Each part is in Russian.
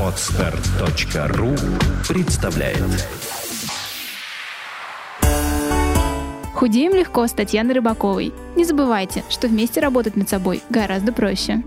Podster.ru представляет. Худеем легко с Татьяной Рыбаковой. Не забывайте, что вместе работать над собой гораздо проще.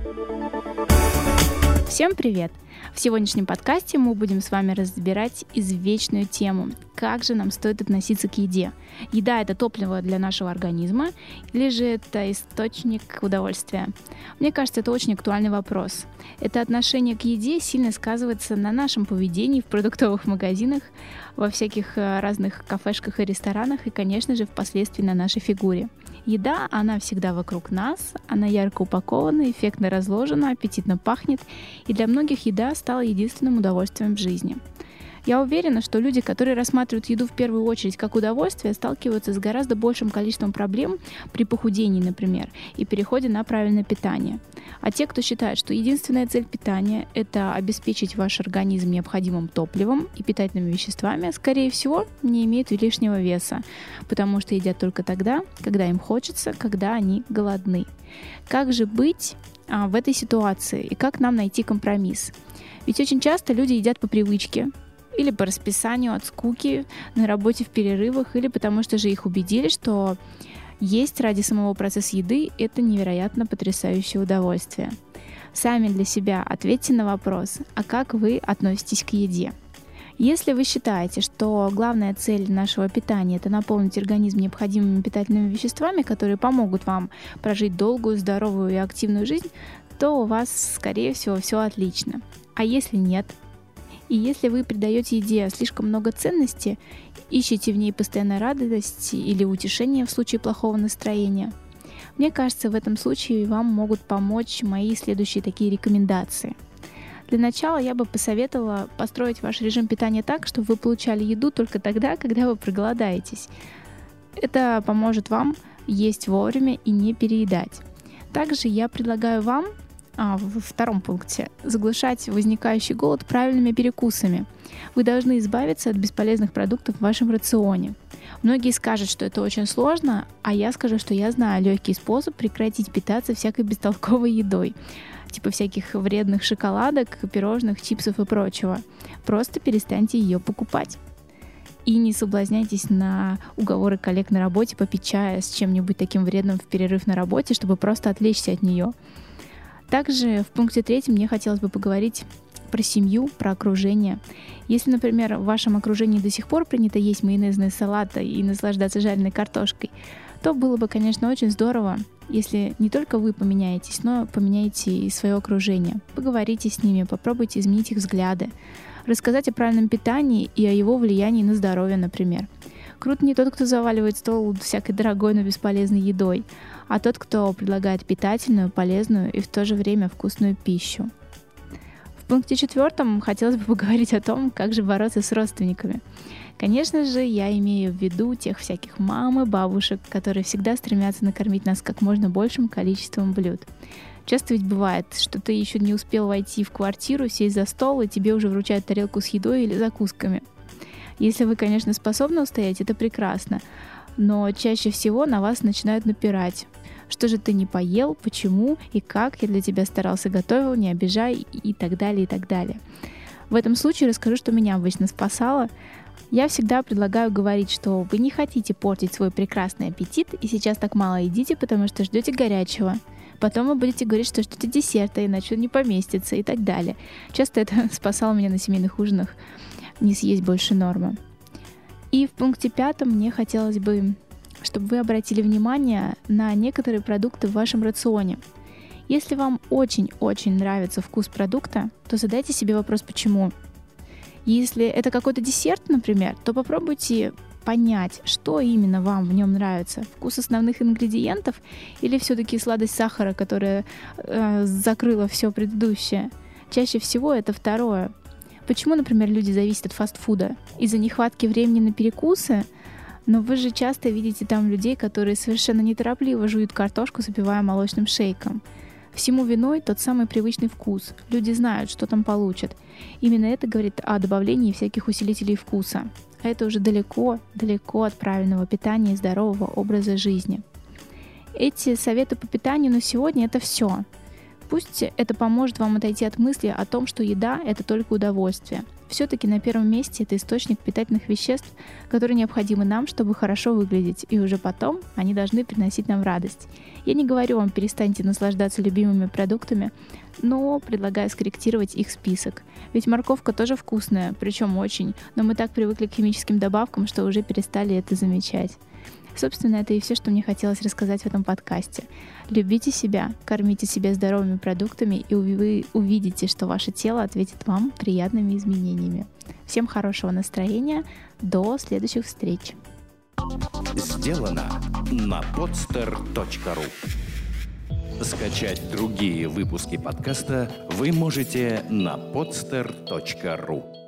Всем привет! В сегодняшнем подкасте мы будем с вами разбирать извечную тему: как же нам стоит относиться к еде? Еда — это топливо для нашего организма или же это источник удовольствия? Мне кажется, это очень актуальный вопрос. Это отношение к еде сильно сказывается на нашем поведении в продуктовых магазинах, во всяких разных кафешках и ресторанах и, конечно же, впоследствии на нашей фигуре. Еда, она всегда вокруг нас, она ярко упакована, эффектно разложена, аппетитно пахнет, и для многих еда стала единственным удовольствием в жизни. Я уверена, что люди, которые рассматривают еду в первую очередь как удовольствие, сталкиваются с гораздо большим количеством проблем при похудении, например, и переходе на правильное питание. А те, кто считает, что единственная цель питания — это обеспечить ваш организм необходимым топливом и питательными веществами, скорее всего, не имеют лишнего веса, потому что едят только тогда, когда им хочется, когда они голодны. Как же быть в этой ситуации и как нам найти компромисс? Ведь очень часто люди едят по привычке, или по расписанию от скуки, на работе в перерывах, или потому что же их убедили, что есть ради самого процесса еды — это невероятно потрясающее удовольствие. Сами для себя ответьте на вопрос: а как вы относитесь к еде? Если вы считаете, что главная цель нашего питания — это наполнить организм необходимыми питательными веществами, которые помогут вам прожить долгую, здоровую и активную жизнь, то у вас, скорее всего, все отлично. А если нет? И если вы придаете еде слишком много ценности, ищете в ней постоянной радости или утешения в случае плохого настроения, мне кажется, в этом случае вам могут помочь мои следующие такие рекомендации. Для начала я бы посоветовала построить ваш режим питания так, чтобы вы получали еду только тогда, когда вы проголодаетесь. Это поможет вам есть вовремя и не переедать. Также я предлагаю вам во втором пункте заглушать возникающий голод правильными перекусами. Вы должны избавиться от бесполезных продуктов в вашем рационе. Многие скажут, что это очень сложно, а я скажу, что я знаю легкий способ прекратить питаться всякой бестолковой едой, типа всяких вредных шоколадок, пирожных, чипсов и прочего. Просто перестаньте ее покупать. И не соблазняйтесь на уговоры коллег на работе попить чая с чем-нибудь таким вредным в перерыв на работе, чтобы просто отвлечься от нее. Также в пункте 3 мне хотелось бы поговорить про семью, про окружение. Если, например, в вашем окружении до сих пор принято есть майонезные салаты и наслаждаться жареной картошкой, то было бы, конечно, очень здорово, если не только вы поменяетесь, но поменяете и свое окружение. Поговорите с ними, попробуйте изменить их взгляды, рассказать о правильном питании и о его влиянии на здоровье, например. Крут не тот, кто заваливает стол всякой дорогой, но бесполезной едой, а тот, кто предлагает питательную, полезную и в то же время вкусную пищу. В пункте 4 хотелось бы поговорить о том, как же бороться с родственниками. Конечно же, я имею в виду тех всяких мам и бабушек, которые всегда стремятся накормить нас как можно большим количеством блюд. Часто ведь бывает, что ты еще не успел войти в квартиру, сесть за стол, и тебе уже вручают тарелку с едой или закусками. Если вы, конечно, способны устоять, это прекрасно, но чаще всего на вас начинают напирать. Что же ты не поел, почему и как, я для тебя старался, готовил, не обижай и так далее, и так далее. В этом случае расскажу, что меня обычно спасало. Я всегда предлагаю говорить, что вы не хотите портить свой прекрасный аппетит и сейчас так мало едите, потому что ждете горячего. Потом вы будете говорить, что ждете десерта, иначе он не поместится и так далее. Часто это спасало меня на семейных ужинах не съесть больше нормы. И в пункте 5 мне хотелось бы, чтобы вы обратили внимание на некоторые продукты в вашем рационе. Если вам очень-очень нравится вкус продукта, то задайте себе вопрос «почему?». Если это какой-то десерт, например, то попробуйте понять, что именно вам в нем нравится. Вкус основных ингредиентов или все-таки сладость сахара, которая закрыла все предыдущее. Чаще всего это второе. Почему, например, люди зависят от фастфуда? Из-за нехватки времени на перекусы? Но вы же часто видите там людей, которые совершенно неторопливо жуют картошку, запивая молочным шейком. Всему виной тот самый привычный вкус. Люди знают, что там получат. Именно это говорит о добавлении всяких усилителей вкуса. А это уже далеко от правильного питания и здорового образа жизни. Эти советы по питанию на сегодня — это все. Пусть это поможет вам отойти от мысли о том, что еда — это только удовольствие. Все-таки на первом месте это источник питательных веществ, которые необходимы нам, чтобы хорошо выглядеть, и уже потом они должны приносить нам радость. Я не говорю вам, перестаньте наслаждаться любимыми продуктами, но предлагаю скорректировать их список. Ведь морковка тоже вкусная, причем очень, но мы так привыкли к химическим добавкам, что уже перестали это замечать. Собственно, это и все, что мне хотелось рассказать в этом подкасте. Любите себя, кормите себя здоровыми продуктами, и вы увидите, что ваше тело ответит вам приятными изменениями. Всем хорошего настроения, до следующих встреч. Сделано на podster.ru. Скачать другие выпуски подкаста вы можете на podster.ru.